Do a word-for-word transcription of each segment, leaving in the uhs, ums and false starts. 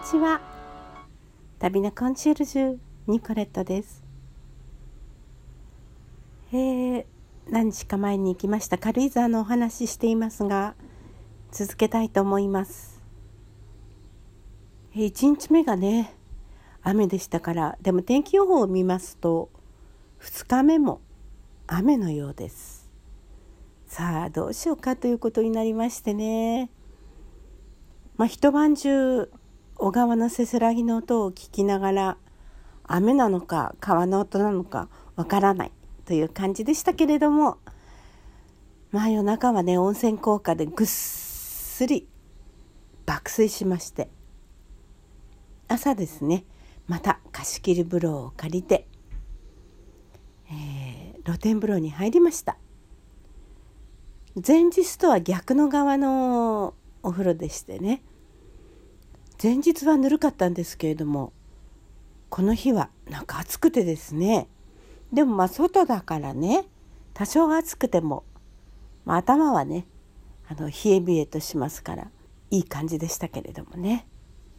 ちは。旅のコンシェルジュニコレットです。えー、何日か前に行きました軽井沢のお話ししていますが、続けたいと思います。えー、いちにちめがね雨でしたから、でも天気予報を見ますとふつかめも雨のようです。さあどうしようかということになりましてね、まあ、一晩中小川のせせらぎの音を聞きながら、雨なのか川の音なのかわからないという感じでしたけれども、まあ夜中はね温泉効果でぐっすり爆睡しまして、朝ですねまた貸し切り風呂を借りて、えー、露天風呂に入りました。前日とは逆の側のお風呂でしてね、前日はぬるかったんですけれども、この日はなんか暑くてですね、でもまあ外だからね多少暑くても、まあ、頭はねあの冷え冷えとしますからいい感じでしたけれどもね。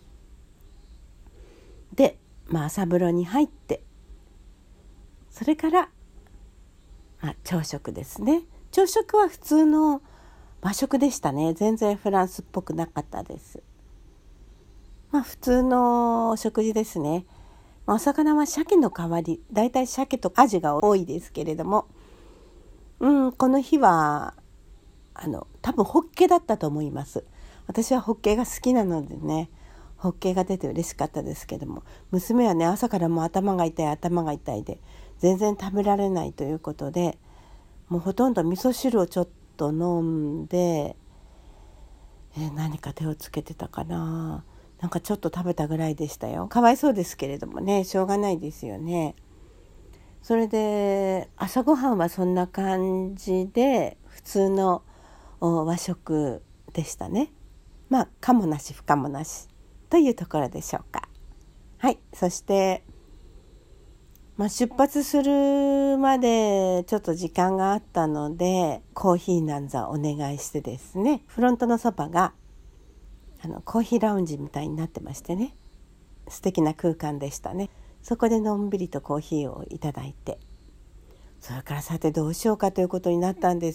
で、まあ、朝風呂に入って、それから、まあ、朝食ですね。朝食は普通の和食でしたね。全然フランスっぽくなかったです。まあ普通のお食事ですね。まあ、お魚は鮭の代わり、だいたい鮭とアジが多いですけれども、うん、この日はあの多分ホッケだったと思います。私はホッケが好きなのでね、ホッケが出て嬉しかったですけども、娘はね朝からもう頭が痛い頭が痛いで全然食べられないということで、もうほとんど味噌汁をちょっと飲んで、えー、何か手をつけてたかな、なんかちょっと食べたぐらいでしたよ。かわいそうですけれどもね、しょうがないですよね。それで朝ごはんはそんな感じで普通の和食でしたね。まあ可もなし不可もなしというところでしょうか。はい、そして、まあ、出発するまでちょっと時間があったのでコーヒーなんざお願いしてですね、フロントのそばがあのコーヒーラウンジみたいになってましてね、素敵な空間でしたね。そこでのんびりとコーヒーをいただいて、それからさてどうしようかということになったんです。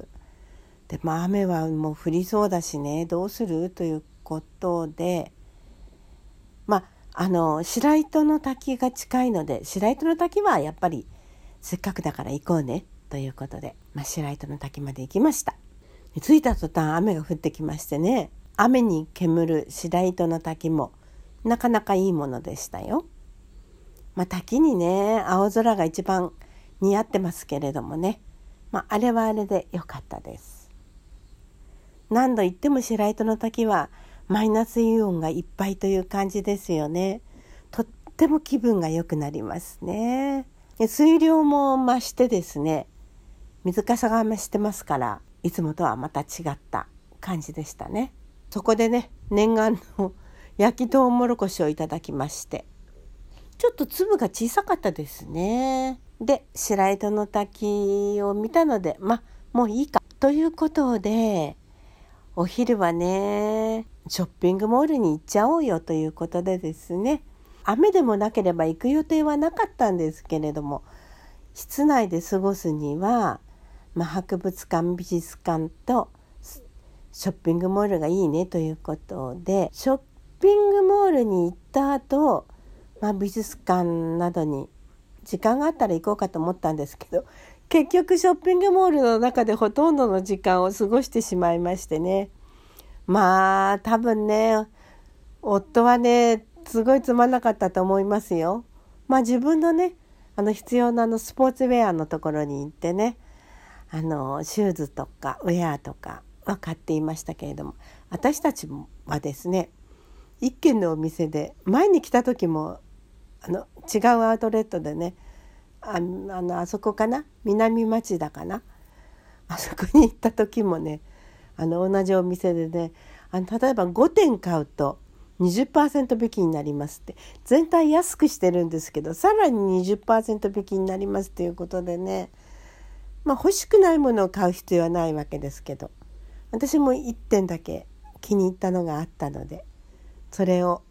で、まあ、雨はもう降りそうだしね、どうするということで、まああの白糸の滝が近いので、白糸の滝はやっぱりせっかくだから行こうねということで、まあ、白糸の滝まで行きました。着いた途端雨が降ってきましてね、雨に煙る白糸の滝もなかなかいいものでしたよ。まあ、滝にね青空が一番似合ってますけれどもね、まあ、あれはあれで良かったです。何度言っても白糸の滝はマイナスイオンがいっぱいという感じですよね。とっても気分が良くなりますね。水量も増してですね、水かさが増してますから、いつもとはまた違った感じでしたね。そこでね念願の焼きとうもろこしをいただきまして、ちょっと粒が小さかったですね。で白糸の滝を見たので、まあもういいかということで、お昼はねショッピングモールに行っちゃおうよということでですね、雨でもなければ行く予定はなかったんですけれども、室内で過ごすには、まあ、博物館美術館とショッピングモールがいいねということで、ショッピングモールに行った後、まあ、美術館などに時間があったら行こうかと思ったんですけど、結局ショッピングモールの中でほとんどの時間を過ごしてしまいましてね、まあ多分ね夫はねすごいつまんなかったと思いますよ。まあ自分のねあの必要なあのスポーツウェアのところに行ってね、あのシューズとかウェアとかは買っていましたけれども、私たちはですね一軒のお店で前に来た時もあの違うアウトレットでね、あ, あのあそこかな、南町田かな、あそこに行った時もねあの同じお店でね、あの例えばごてん買うと にじゅっパーセント 引きになりますって、全体安くしてるんですけどさらに にじゅっパーセント 引きになりますということでね、まあ欲しくないものを買う必要はないわけですけど、私もいってんだけ気に入ったのがあったので、それを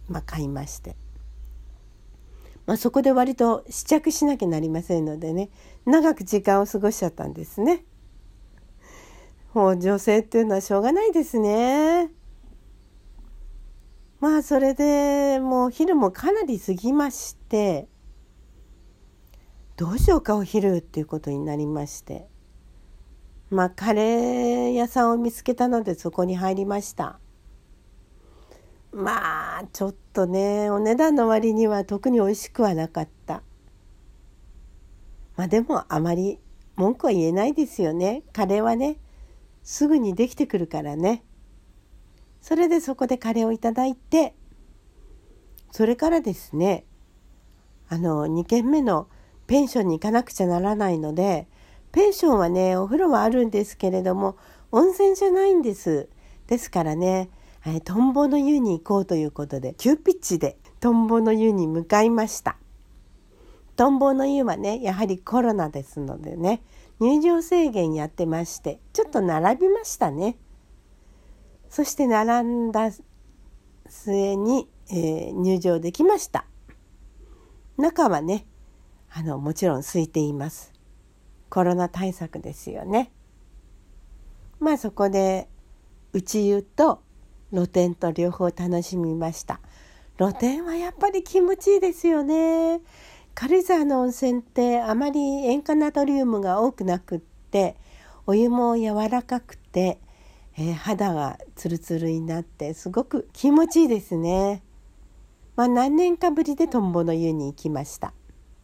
まあ、買いまして、まあ、そこで割と試着しなきゃなりませんのでね、長く時間を過ごしちゃったんですね。もう女性っていうのはしょうがないですね。まあそれでもう昼もかなり過ぎまして、どうしようかお昼っていうことになりまして、まあカレー屋さんを見つけたのでそこに入りました。まあちょっとね、お値段の割には特に美味しくはなかった。まあでもあまり文句は言えないですよね。カレーはねすぐにできてくるからね。それでそこでカレーをいただいて、それからですね、あのに軒目のペンションに行かなくちゃならないので、ペンションはねお風呂はあるんですけれども温泉じゃないんです。ですからね、トンボの湯に行こうということで急ピッチでトンボの湯に向かいました。トンボの湯はねやはりコロナですのでね、入場制限やってまして、ちょっと並びましたね。そして並んだ末に、えー、入場できました。中はねあのもちろん空いています。コロナ対策ですよね。まあそこで内湯と露天と両方楽しみました。露天はやっぱり気持ちいいですよね。軽井沢の温泉ってあまり塩化ナトリウムが多くなくって、お湯も柔らかくて、えー、肌がツルツルになってすごく気持ちいいですね。まあ何年かぶりでトンボの湯に行きました。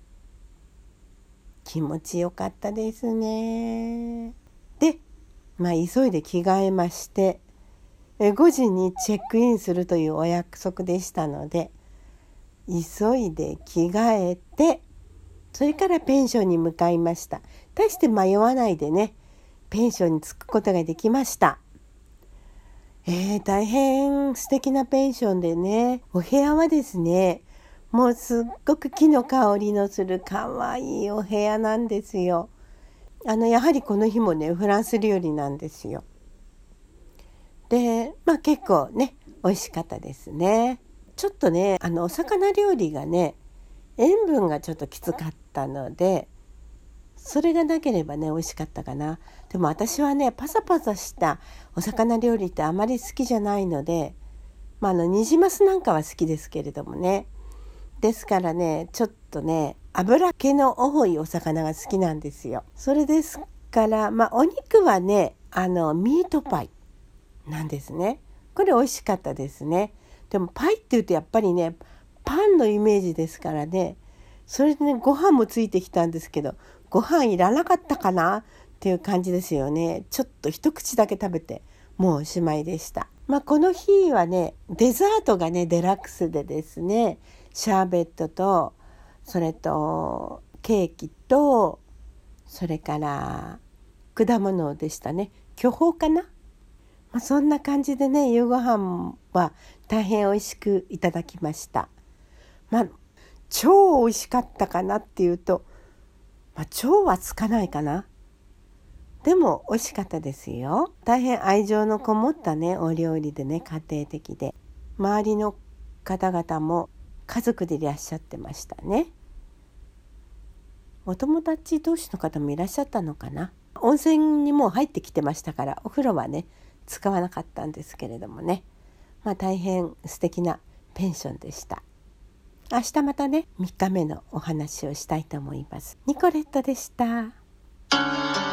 気持ちよかったですね。で、まあ急いで着替えまして、ごじにチェックインするというお約束でしたので、急いで着替えて、それからペンションに向かいました。大して迷わないでね、ペンションに着くことができました。えー、大変素敵なペンションでね、お部屋はですね、もうすっごく木の香りのするかわいいお部屋なんですよ。あのやはりこの日もねフランス料理なんですよ。で、まあ結構ね美味しかったですね。ちょっとねあのお魚料理がね塩分がちょっときつかったので、それがなければね美味しかったかな。でも私はねパサパサしたお魚料理ってあまり好きじゃないので、まああのニジマスなんかは好きですけれどもね、ですからねちょっとね油気の多いお魚が好きなんですよ。それですからまあお肉はねあのミートパイなんですね。これ美味しかったですね。でもパイっていうとやっぱりねパンのイメージですからね、それでねご飯もついてきたんですけど、ご飯いらなかったかなっていう感じですよね。ちょっと一口だけ食べてもうおしまいでした。まあこの日はねデザートがねデラックスでですね、シャーベットとそれとケーキとそれから果物でしたね。巨峰かな、まあ、そんな感じでね夕ご飯は大変美味しくいただきました。まあ超美味しかったかなっていうと、まあ、超はつかないかな。でも美味しかったですよ。大変愛情のこもったねお料理でね、家庭的で、周りの方々も家族でいらっしゃってましたね。お友達同士の方もいらっしゃったのかな。温泉にもう入ってきてましたから、お風呂はね使わなかったんですけれどもね、まあ大変素敵なペンションでした。明日またねみっかめのお話をしたいと思います。ニコレットでした。